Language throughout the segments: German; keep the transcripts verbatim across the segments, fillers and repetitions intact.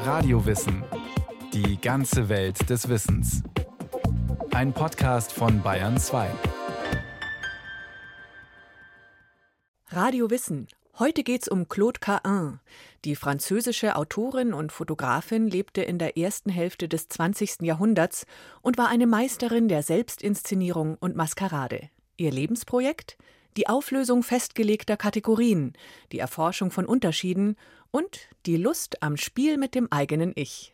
Radiowissen. Die ganze Welt des Wissens. Ein Podcast von Bayern zwei. Radio Wissen. Heute geht's um Claude Cahun. Die französische Autorin und Fotografin lebte in der ersten Hälfte des zwanzigsten Jahrhunderts und war eine Meisterin der Selbstinszenierung und Maskerade. Ihr Lebensprojekt? Die Auflösung festgelegter Kategorien, die Erforschung von Unterschieden und die Lust am Spiel mit dem eigenen Ich.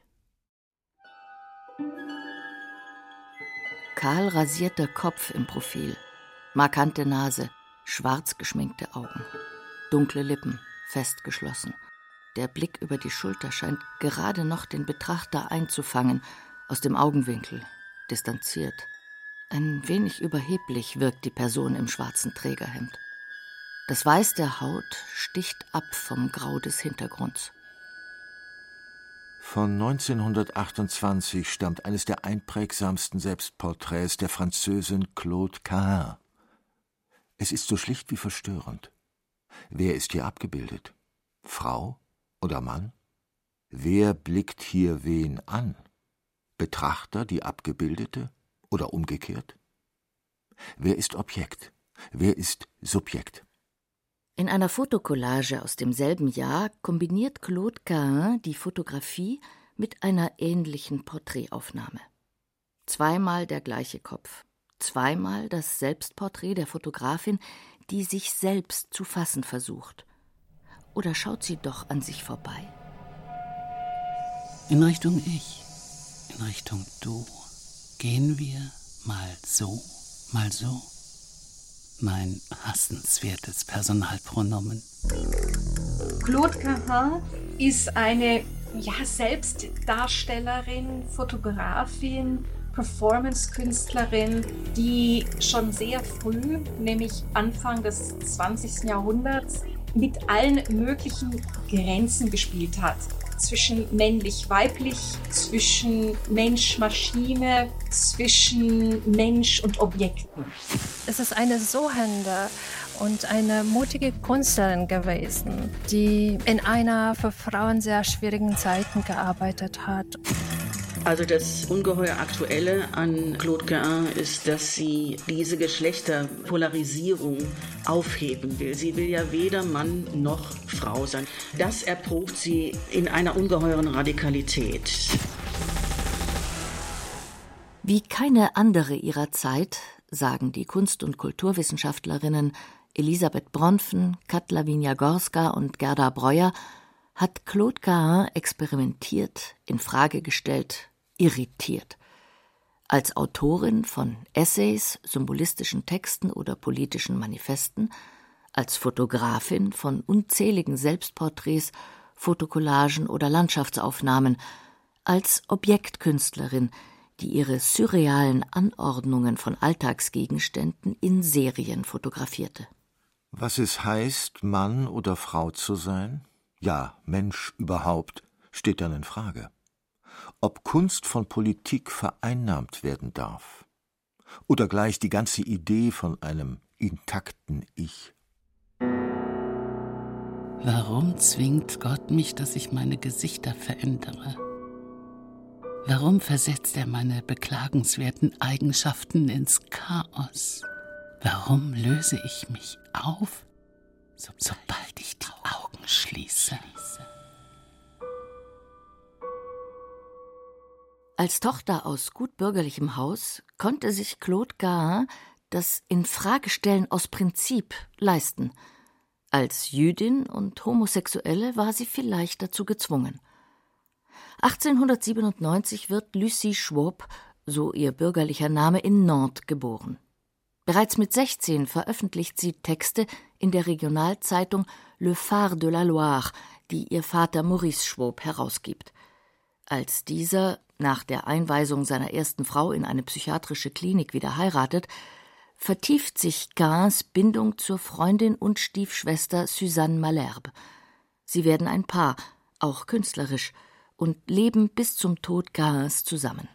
Kahl rasierter Kopf im Profil, markante Nase, schwarz geschminkte Augen, dunkle Lippen, fest geschlossen. Der Blick über die Schulter scheint gerade noch den Betrachter einzufangen, aus dem Augenwinkel, distanziert. Ein wenig überheblich wirkt die Person im schwarzen Trägerhemd. Das Weiß der Haut sticht ab vom Grau des Hintergrunds. Von neunzehnhundertachtundzwanzig stammt eines der einprägsamsten Selbstporträts der Französin Claude Cahun. Es ist so schlicht wie verstörend. Wer ist hier abgebildet? Frau oder Mann? Wer blickt hier wen an? Betrachter, die Abgebildete oder umgekehrt? Wer ist Objekt? Wer ist Subjekt? In einer Fotokollage aus demselben Jahr kombiniert Claude Cahun die Fotografie mit einer ähnlichen Porträtaufnahme. Zweimal der gleiche Kopf, zweimal das Selbstporträt der Fotografin, die sich selbst zu fassen versucht. Oder schaut sie doch an sich vorbei? In Richtung Ich, in Richtung Du. Gehen wir mal so, mal so. Mein hassenswertes Personalpronomen. Claude Cahun ist eine ja, Selbstdarstellerin, Fotografin, Performance-Künstlerin, die schon sehr früh, nämlich Anfang des zwanzigsten Jahrhunderts, mit allen möglichen Grenzen gespielt hat. Zwischen männlich-weiblich, zwischen Mensch-Maschine, zwischen Mensch und Objekten. Es ist eine suchende und eine mutige Künstlerin gewesen, die in einer für Frauen sehr schwierigen Zeiten gearbeitet hat. Also das ungeheuer Aktuelle an Claude Cahun ist, dass sie diese Geschlechterpolarisierung aufheben will. Sie will ja weder Mann noch Frau sein. Das erprobt sie in einer ungeheuren Radikalität. Wie keine andere ihrer Zeit, sagen die Kunst- und Kulturwissenschaftlerinnen Elisabeth Bronfen, Kat Lavinia-Gorska und Gerda Breuer, hat Claude Cahun experimentiert, in Frage gestellt, irritiert. Als Autorin von Essays, symbolistischen Texten oder politischen Manifesten, als Fotografin von unzähligen Selbstporträts, Fotokollagen oder Landschaftsaufnahmen, als Objektkünstlerin, die ihre surrealen Anordnungen von Alltagsgegenständen in Serien fotografierte. Was es heißt, Mann oder Frau zu sein? Ja, Mensch überhaupt, steht dann in Frage. Ob Kunst von Politik vereinnahmt werden darf oder gleich die ganze Idee von einem intakten Ich. Warum zwingt Gott mich, dass ich meine Gesichter verändere? Warum versetzt er meine beklagenswerten Eigenschaften ins Chaos? Warum löse ich mich auf, so, sobald ich die Augen schließe? Als Tochter aus gutbürgerlichem Haus konnte sich Claude Cahun das Infragestellen aus Prinzip leisten. Als Jüdin und Homosexuelle war sie vielleicht dazu gezwungen. achtzehnhundertsiebenundneunzig wird Lucie Schwob, so ihr bürgerlicher Name, in Nantes geboren. Bereits mit sechzehn veröffentlicht sie Texte in der Regionalzeitung Le Phare de la Loire, die ihr Vater Maurice Schwob herausgibt. Als dieser nach der Einweisung seiner ersten Frau in eine psychiatrische Klinik wieder heiratet, vertieft sich Cahuns Bindung zur Freundin und Stiefschwester Suzanne Malherbe. Sie werden ein Paar, auch künstlerisch, und leben bis zum Tod Cahuns zusammen.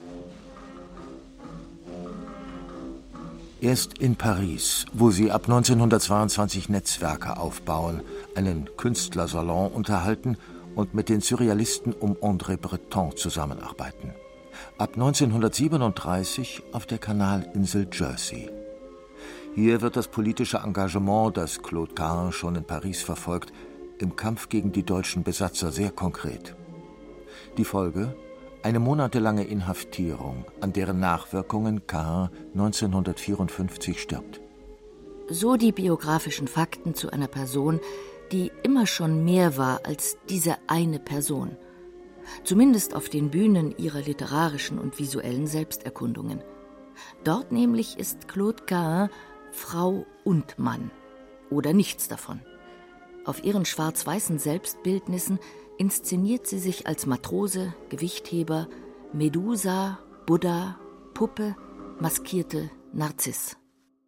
Erst in Paris, wo sie ab neunzehnhundertzweiundzwanzig Netzwerke aufbauen, einen Künstlersalon unterhalten und mit den Surrealisten um André Breton zusammenarbeiten. Ab neunzehnhundertsiebenunddreißig auf der Kanalinsel Jersey. Hier wird das politische Engagement, das Claude Cahun schon in Paris verfolgt, im Kampf gegen die deutschen Besatzer sehr konkret. Die Folge? Eine monatelange Inhaftierung, an deren Nachwirkungen Cahun neunzehnhundertvierundfünfzig stirbt. So die biografischen Fakten zu einer Person, die immer schon mehr war als diese eine Person. Zumindest auf den Bühnen ihrer literarischen und visuellen Selbsterkundungen. Dort nämlich ist Claude Cahun Frau und Mann. Oder nichts davon. Auf ihren schwarz-weißen Selbstbildnissen inszeniert sie sich als Matrose, Gewichtheber, Medusa, Buddha, Puppe, maskierte Narziss.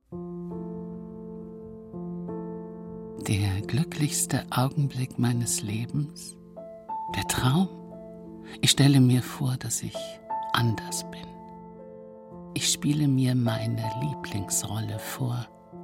Der glücklichste Augenblick meines Lebens? Der Traum? Ich stelle mir vor, dass ich anders bin. Ich spiele mir meine Lieblingsrolle vor.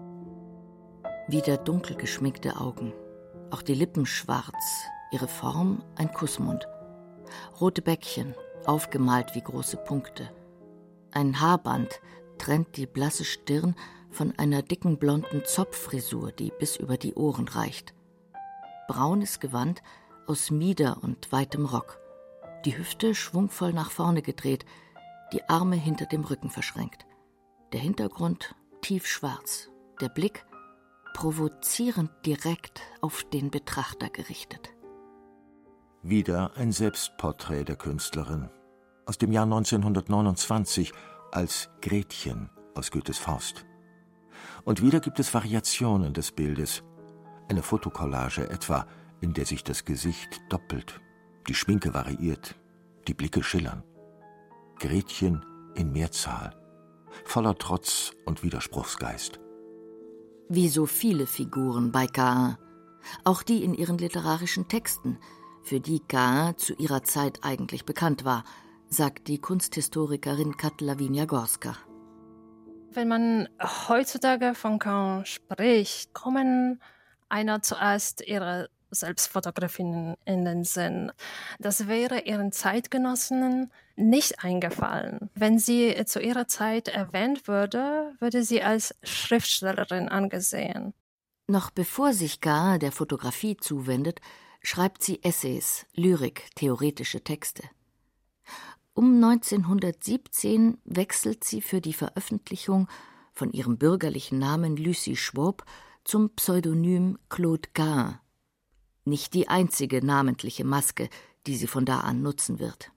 Wieder dunkel geschminkte Augen, auch die Lippen schwarz, ihre Form ein Kussmund. Rote Bäckchen, aufgemalt wie große Punkte. Ein Haarband trennt die blasse Stirn von einer dicken blonden Zopffrisur, die bis über die Ohren reicht. Braunes Gewand aus Mieder und weitem Rock. Die Hüfte schwungvoll nach vorne gedreht, die Arme hinter dem Rücken verschränkt. Der Hintergrund tiefschwarz, der Blick provozierend direkt auf den Betrachter gerichtet. Wieder ein Selbstporträt der Künstlerin aus dem Jahr neunzehnhundertneunundzwanzig als Gretchen aus Goethes Faust. Und wieder gibt es Variationen des Bildes. Eine Fotokollage etwa, in der sich das Gesicht doppelt, die Schminke variiert, die Blicke schillern. Gretchen in Mehrzahl, voller Trotz und Widerspruchsgeist. Wie so viele Figuren bei Cahun, auch die in ihren literarischen Texten, für die Cahun zu ihrer Zeit eigentlich bekannt war, sagt die Kunsthistorikerin Kat Lavinia Gorska. Wenn man heutzutage von Cahun spricht, kommen einer zuerst ihre Selbstfotografien in den Sinn. Das wäre ihren Zeitgenossinnen nicht eingefallen. Wenn sie zu ihrer Zeit erwähnt würde, würde sie als Schriftstellerin angesehen. Noch bevor sich Cahun der Fotografie zuwendet, schreibt sie Essays, Lyrik, theoretische Texte. Um neunzehnhundertsiebzehn wechselt sie für die Veröffentlichung von ihrem bürgerlichen Namen Lucy Schwab zum Pseudonym Claude Cahun. Nicht die einzige namentliche Maske, die sie von da an nutzen wird.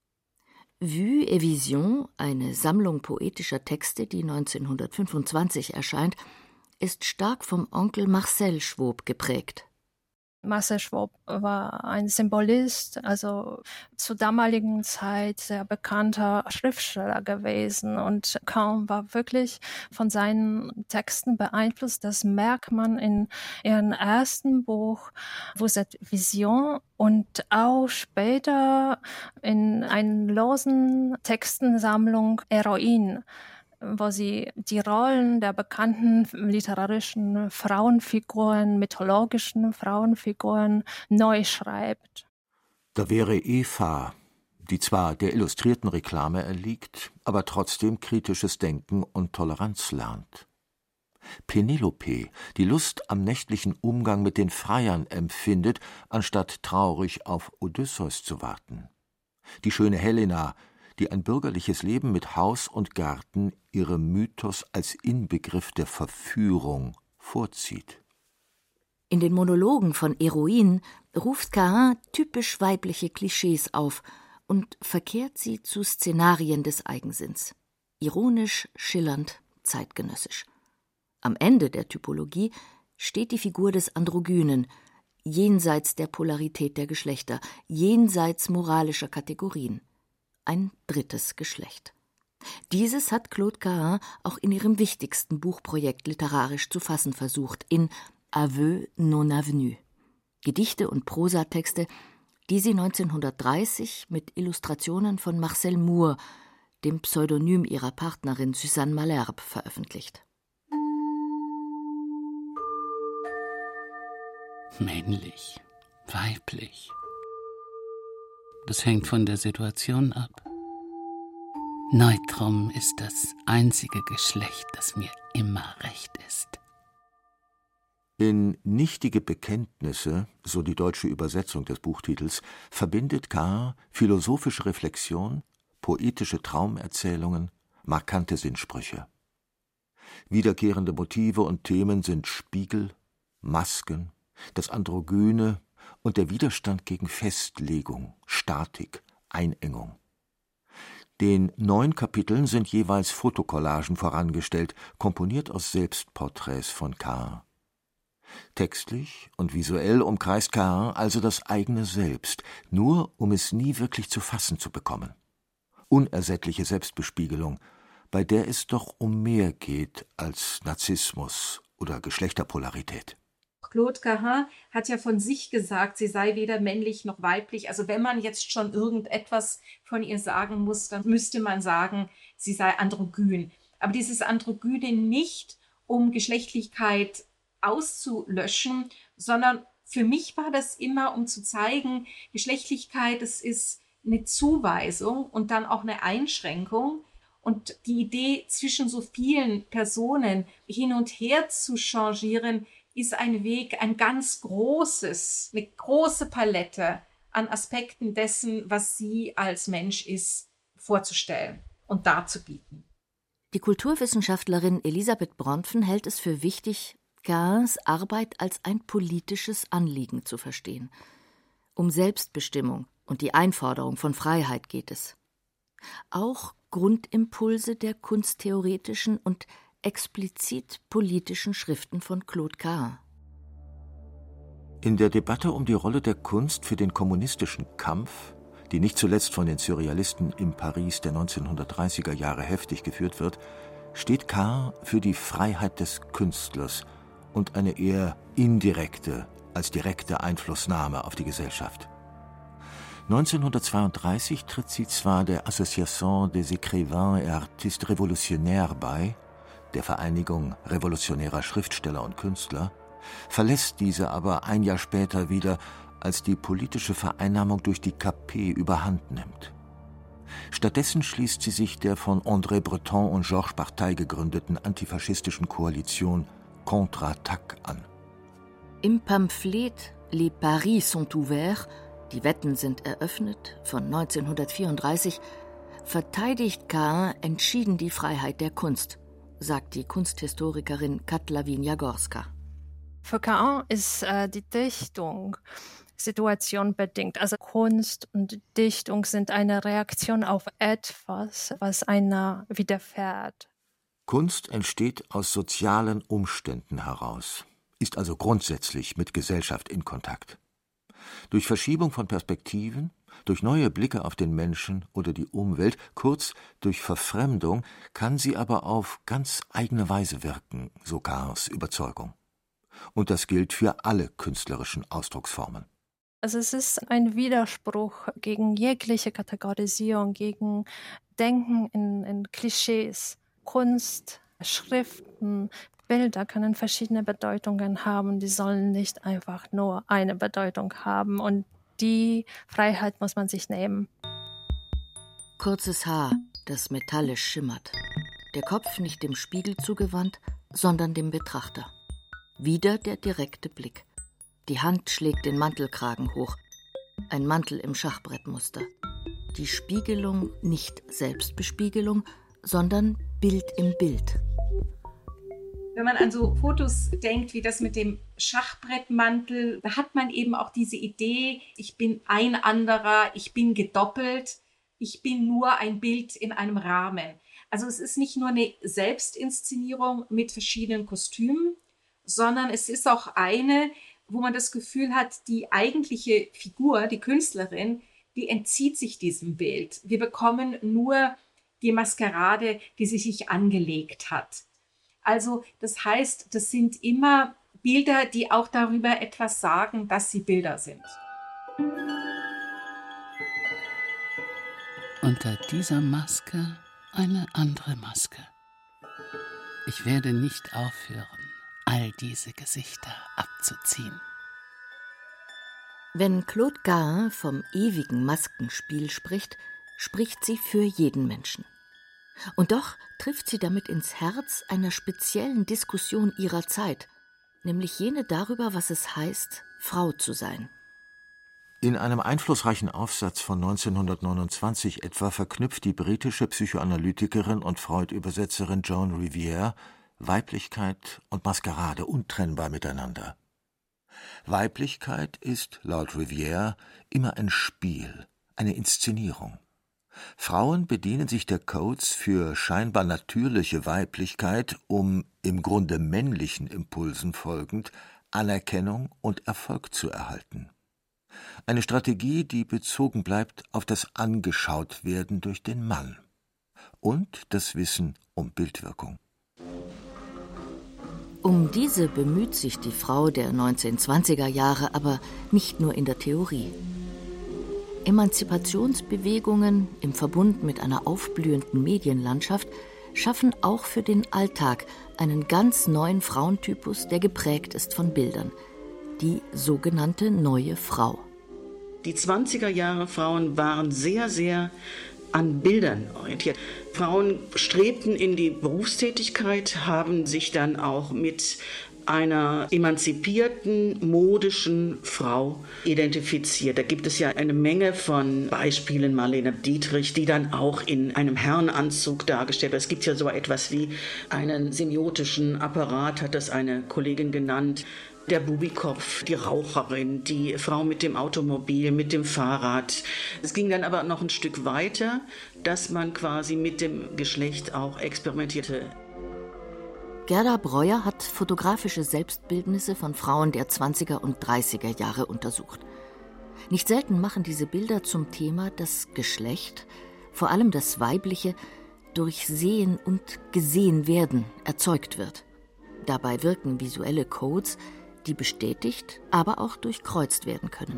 Vue et Vision, eine Sammlung poetischer Texte, die neunzehnhundertfünfundzwanzig erscheint, ist stark vom Onkel Marcel Schwab geprägt. Marcel Schwab war ein Symbolist, also zur damaligen Zeit sehr bekannter Schriftsteller gewesen. Und Cahun war wirklich von seinen Texten beeinflusst. Das merkt man in ihrem ersten Buch, Vous êtes Vision, und auch später in einer losen Textensammlung Heroine, wo sie die Rollen der bekannten literarischen Frauenfiguren, mythologischen Frauenfiguren neu schreibt. Da wäre Eva, die zwar der illustrierten Reklame erliegt, aber trotzdem kritisches Denken und Toleranz lernt. Penelope, die Lust am nächtlichen Umgang mit den Freiern empfindet, anstatt traurig auf Odysseus zu warten. Die schöne Helena, die ein bürgerliches Leben mit Haus und Garten ihrem Mythos als Inbegriff der Verführung vorzieht. In den Monologen von Heroine ruft Cahun typisch weibliche Klischees auf und verkehrt sie zu Szenarien des Eigensinns. Ironisch, schillernd, zeitgenössisch. Am Ende der Typologie steht die Figur des Androgynen, jenseits der Polarität der Geschlechter, jenseits moralischer Kategorien. Ein drittes Geschlecht. Dieses hat Claude Cahun auch in ihrem wichtigsten Buchprojekt literarisch zu fassen versucht, in Aveux non avenus. Gedichte und Prosatexte, die sie neunzehnhundertdreißig mit Illustrationen von Marcel Moore, dem Pseudonym ihrer Partnerin Suzanne Malherbe, veröffentlicht. Männlich, weiblich, Das hängt von der Situation ab. Neutrum ist das einzige Geschlecht, das mir immer recht ist. In Nichtige Bekenntnisse, so die deutsche Übersetzung des Buchtitels, verbindet Cain philosophische Reflexion, poetische Traumerzählungen, markante Sinnsprüche. Wiederkehrende Motive und Themen sind Spiegel, Masken, das Androgyne und der Widerstand gegen Festlegung, Statik, Einengung. Den neun Kapiteln sind jeweils Fotokollagen vorangestellt, komponiert aus Selbstporträts von Cain. Textlich und visuell umkreist Cain also das eigene Selbst, nur um es nie wirklich zu fassen zu bekommen. Unersättliche Selbstbespiegelung, bei der es doch um mehr geht als Narzissmus oder Geschlechterpolarität. Claude Cahun hat ja von sich gesagt, sie sei weder männlich noch weiblich. Also wenn man jetzt schon irgendetwas von ihr sagen muss, dann müsste man sagen, sie sei androgyn. Aber dieses Androgyne nicht, um Geschlechtlichkeit auszulöschen, sondern für mich war das immer, um zu zeigen, Geschlechtlichkeit, es ist eine Zuweisung und dann auch eine Einschränkung. Und die Idee, zwischen so vielen Personen hin und her zu changieren, ist ein Weg, ein ganz großes, eine große Palette an Aspekten dessen, was sie als Mensch ist, vorzustellen und darzubieten. Die Kulturwissenschaftlerin Elisabeth Bronfen hält es für wichtig, Cains Arbeit als ein politisches Anliegen zu verstehen. Um Selbstbestimmung und die Einforderung von Freiheit geht es. Auch Grundimpulse der kunsttheoretischen und explizit politischen Schriften von Claude Cahun. In der Debatte um die Rolle der Kunst für den kommunistischen Kampf, die nicht zuletzt von den Surrealisten im Paris der neunzehnhundertdreißiger Jahre heftig geführt wird, steht Cahun für die Freiheit des Künstlers und eine eher indirekte als direkte Einflussnahme auf die Gesellschaft. neunzehnhundertzweiunddreißig tritt sie zwar der Association des Écrivains et Artistes Révolutionnaires bei, der Vereinigung revolutionärer Schriftsteller und Künstler, verlässt diese aber ein Jahr später wieder, als die politische Vereinnahmung durch die K P überhand nimmt. Stattdessen schließt sie sich der von André Breton und Georges Bataille gegründeten antifaschistischen Koalition Contre-Attaque an. Im Pamphlet Les Paris sont ouverts, die Wetten sind eröffnet, von neunzehnhundertvierunddreißig, verteidigt Cahun entschieden die Freiheit der Kunst, sagt die Kunsthistorikerin Katlawin Jagorska. Für Cahun ist äh, die Dichtung situationbedingt. Also Kunst und Dichtung sind eine Reaktion auf etwas, was einer widerfährt. Kunst entsteht aus sozialen Umständen heraus, ist also grundsätzlich mit Gesellschaft in Kontakt. Durch Verschiebung von Perspektiven, durch neue Blicke auf den Menschen oder die Umwelt, kurz durch Verfremdung, kann sie aber auf ganz eigene Weise wirken, so Cahuns Überzeugung. Und das gilt für alle künstlerischen Ausdrucksformen. Also es ist ein Widerspruch gegen jegliche Kategorisierung, gegen Denken in, in Klischees. Kunst, Schriften, Bilder können verschiedene Bedeutungen haben. Die sollen nicht einfach nur eine Bedeutung haben. Und die Freiheit muss man sich nehmen. Kurzes Haar, das metallisch schimmert. Der Kopf nicht dem Spiegel zugewandt, sondern dem Betrachter. Wieder der direkte Blick. Die Hand schlägt den Mantelkragen hoch. Ein Mantel im Schachbrettmuster. Die Spiegelung nicht Selbstbespiegelung, sondern Bild im Bild. Wenn man an so Fotos denkt, wie das mit dem Schachbrettmantel, da hat man eben auch diese Idee, ich bin ein anderer, ich bin gedoppelt, ich bin nur ein Bild in einem Rahmen. Also es ist nicht nur eine Selbstinszenierung mit verschiedenen Kostümen, sondern es ist auch eine, wo man das Gefühl hat, die eigentliche Figur, die Künstlerin, die entzieht sich diesem Bild. Wir bekommen nur die Maskerade, die sie sich angelegt hat. Also das heißt, das sind immer Bilder, die auch darüber etwas sagen, dass sie Bilder sind. Unter dieser Maske eine andere Maske. Ich werde nicht aufhören, all diese Gesichter abzuziehen. Wenn Claude Cahun vom ewigen Maskenspiel spricht, spricht sie für jeden Menschen. Und doch trifft sie damit ins Herz einer speziellen Diskussion ihrer Zeit, nämlich jene darüber, was es heißt, Frau zu sein. In einem einflussreichen Aufsatz von neunzehnhundertneunundzwanzig etwa verknüpft die britische Psychoanalytikerin und Freud-Übersetzerin Joan Riviere Weiblichkeit und Maskerade untrennbar miteinander. Weiblichkeit ist, laut Riviere, immer ein Spiel, eine Inszenierung. Frauen bedienen sich der Codes für scheinbar natürliche Weiblichkeit, um, im Grunde männlichen Impulsen folgend, Anerkennung und Erfolg zu erhalten. Eine Strategie, die bezogen bleibt auf das Angeschautwerden durch den Mann und das Wissen um Bildwirkung. Um diese bemüht sich die Frau der neunzehnhundertzwanziger Jahre aber nicht nur in der Theorie. Emanzipationsbewegungen im Verbund mit einer aufblühenden Medienlandschaft schaffen auch für den Alltag einen ganz neuen Frauentypus, der geprägt ist von Bildern. Die sogenannte neue Frau. Die zwanziger Jahre Frauen waren sehr, sehr an Bildern orientiert. Frauen strebten in die Berufstätigkeit, haben sich dann auch mit einer emanzipierten, modischen Frau identifiziert. Da gibt es ja eine Menge von Beispielen, Marlene Dietrich, die dann auch in einem Herrenanzug dargestellt wird. Es gibt ja so etwas wie einen semiotischen Apparat, hat das eine Kollegin genannt. Der Bubikopf, die Raucherin, die Frau mit dem Automobil, mit dem Fahrrad. Es ging dann aber noch ein Stück weiter, dass man quasi mit dem Geschlecht auch experimentierte. Gerda Breuer hat fotografische Selbstbildnisse von Frauen der zwanziger und dreißiger Jahre untersucht. Nicht selten machen diese Bilder zum Thema, dass Geschlecht, vor allem das Weibliche, durch Sehen und Gesehenwerden erzeugt wird. Dabei wirken visuelle Codes, die bestätigt, aber auch durchkreuzt werden können.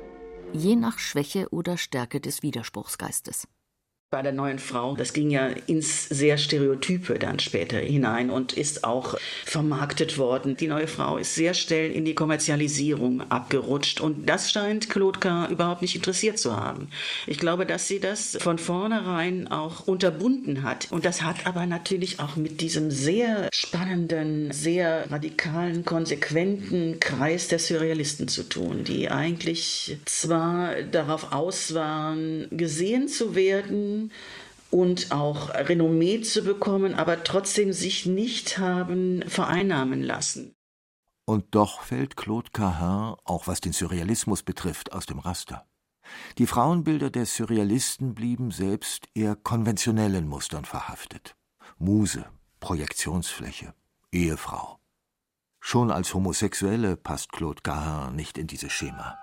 Je nach Schwäche oder Stärke des Widerspruchsgeistes. Bei der neuen Frau, das ging ja ins sehr Stereotype dann später hinein und ist auch vermarktet worden. Die neue Frau ist sehr schnell in die Kommerzialisierung abgerutscht und das scheint Claude Cahun überhaupt nicht interessiert zu haben. Ich glaube, dass sie das von vornherein auch unterbunden hat und das hat aber natürlich auch mit diesem sehr spannenden, sehr radikalen, konsequenten Kreis der Surrealisten zu tun, die eigentlich zwar darauf aus waren, gesehen zu werden, und auch Renommee zu bekommen, aber trotzdem sich nicht haben vereinnahmen lassen. Und doch fällt Claude Cahun, auch was den Surrealismus betrifft, aus dem Raster. Die Frauenbilder der Surrealisten blieben selbst eher konventionellen Mustern verhaftet. Muse, Projektionsfläche, Ehefrau. Schon als Homosexuelle passt Claude Cahun nicht in dieses Schema.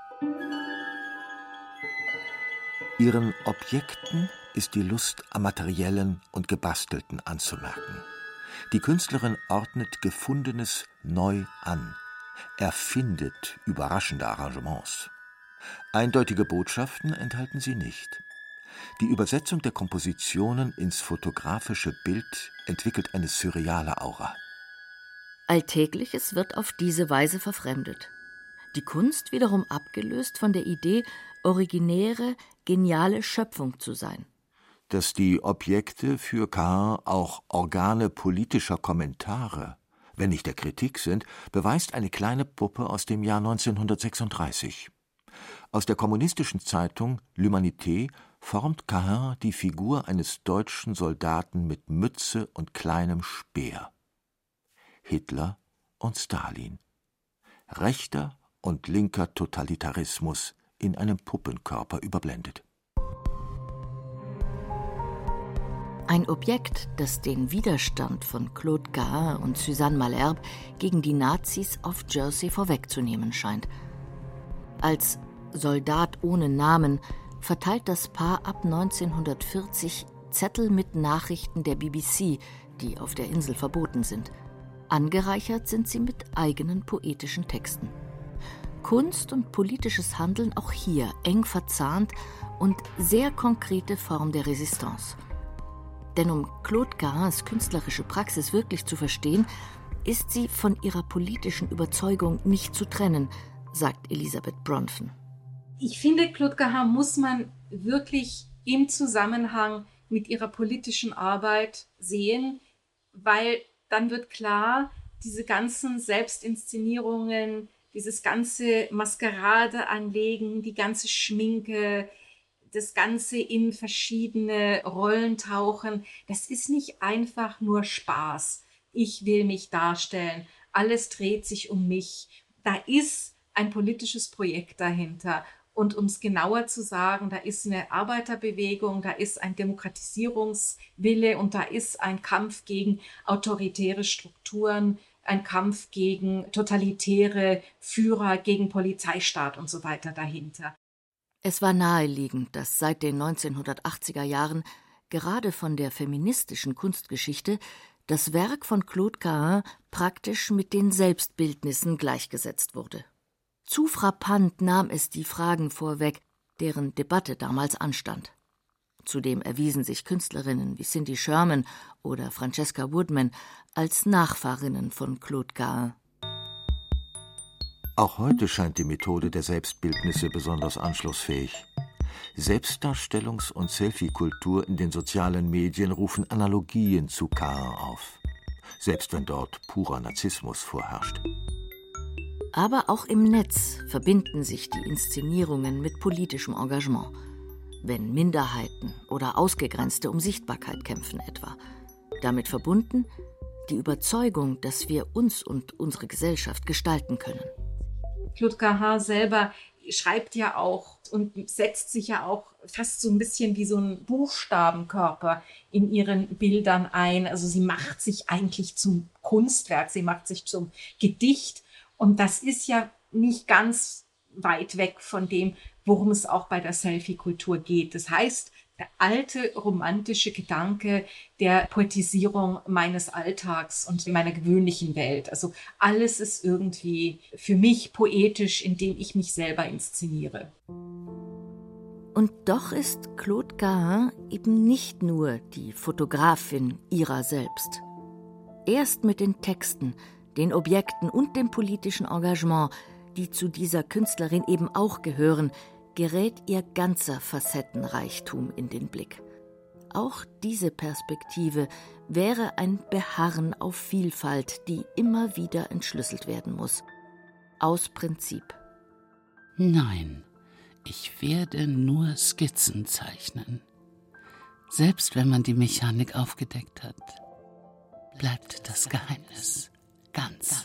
Ihren Objekten ist die Lust am Materiellen und Gebastelten anzumerken. Die Künstlerin ordnet Gefundenes neu an, erfindet überraschende Arrangements. Eindeutige Botschaften enthalten sie nicht. Die Übersetzung der Kompositionen ins fotografische Bild entwickelt eine surreale Aura. Alltägliches wird auf diese Weise verfremdet. Die Kunst wiederum abgelöst von der Idee, originäre, geniale Schöpfung zu sein. Dass die Objekte für Cahun auch Organe politischer Kommentare, wenn nicht der Kritik sind, beweist eine kleine Puppe aus dem Jahr neunzehnhundertsechsunddreißig. Aus der kommunistischen Zeitung L'Humanité formt Cahun die Figur eines deutschen Soldaten mit Mütze und kleinem Speer. Hitler und Stalin. Rechter und linker Totalitarismus in einem Puppenkörper überblendet. Ein Objekt, das den Widerstand von Claude Cahun und Suzanne Malherbe gegen die Nazis auf Jersey vorwegzunehmen scheint. Als Soldat ohne Namen verteilt das Paar ab neunzehnhundertvierzig Zettel mit Nachrichten der B B C, die auf der Insel verboten sind. Angereichert sind sie mit eigenen poetischen Texten. Kunst und politisches Handeln auch hier eng verzahnt und sehr konkrete Form der Resistance. Denn um Claude Cahuns künstlerische Praxis wirklich zu verstehen, ist sie von ihrer politischen Überzeugung nicht zu trennen, sagt Elisabeth Bronfen. Ich finde, Claude Cahun muss man wirklich im Zusammenhang mit ihrer politischen Arbeit sehen, weil dann wird klar, diese ganzen Selbstinszenierungen, dieses ganze Maskerade anlegen, die ganze Schminke, das Ganze in verschiedene Rollen tauchen, das ist nicht einfach nur Spaß. Ich will mich darstellen, alles dreht sich um mich. Da ist ein politisches Projekt dahinter. Und um es genauer zu sagen, da ist eine Arbeiterbewegung, da ist ein Demokratisierungswille und da ist ein Kampf gegen autoritäre Strukturen, ein Kampf gegen totalitäre Führer, gegen Polizeistaat und so weiter dahinter. Es war naheliegend, dass seit den neunzehnhundertachtziger Jahren gerade von der feministischen Kunstgeschichte das Werk von Claude Cahun praktisch mit den Selbstbildnissen gleichgesetzt wurde. Zu frappant nahm es die Fragen vorweg, deren Debatte damals anstand. Zudem erwiesen sich Künstlerinnen wie Cindy Sherman oder Francesca Woodman als Nachfahrinnen von Claude Cahun. Auch heute scheint die Methode der Selbstbildnisse besonders anschlussfähig. Selbstdarstellungs- und Selfie-Kultur in den sozialen Medien rufen Analogien zu Cahun auf, selbst wenn dort purer Narzissmus vorherrscht. Aber auch im Netz verbinden sich die Inszenierungen mit politischem Engagement. Wenn Minderheiten oder Ausgegrenzte um Sichtbarkeit kämpfen etwa. Damit verbunden die Überzeugung, dass wir uns und unsere Gesellschaft gestalten können. Claude Cahun selber schreibt ja auch und setzt sich ja auch fast so ein bisschen wie so ein Buchstabenkörper in ihren Bildern ein. Also sie macht sich eigentlich zum Kunstwerk, sie macht sich zum Gedicht. Und das ist ja nicht ganz weit weg von dem, worum es auch bei der Selfie-Kultur geht. Das heißt, der alte romantische Gedanke der Poetisierung meines Alltags und meiner gewöhnlichen Welt. Also alles ist irgendwie für mich poetisch, indem ich mich selber inszeniere. Und doch ist Claude Cahun eben nicht nur die Fotografin ihrer selbst. Erst mit den Texten, den Objekten und dem politischen Engagement, die zu dieser Künstlerin eben auch gehören, gerät ihr ganzer Facettenreichtum in den Blick. Auch diese Perspektive wäre ein Beharren auf Vielfalt, die immer wieder entschlüsselt werden muss. Aus Prinzip. Nein, ich werde nur Skizzen zeichnen. Selbst wenn man die Mechanik aufgedeckt hat, bleibt das Geheimnis ganz.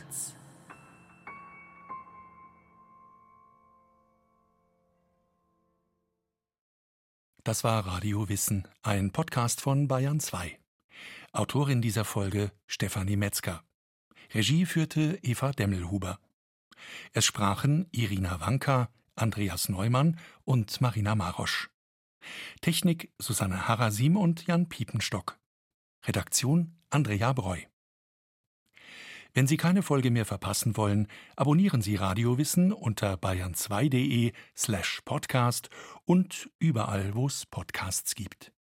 Das war Radio Wissen, ein Podcast von Bayern zwei. Autorin dieser Folge Stefanie Metzger. Regie führte Eva Demmelhuber. Es sprachen Irina Wanka, Andreas Neumann und Marina Marosch. Technik Susanne Harasim und Jan Piepenstock. Redaktion Andrea Breu. Wenn Sie keine Folge mehr verpassen wollen, abonnieren Sie Radio Wissen unter bayern zwei punkt de slash podcast und überall, wo es Podcasts gibt.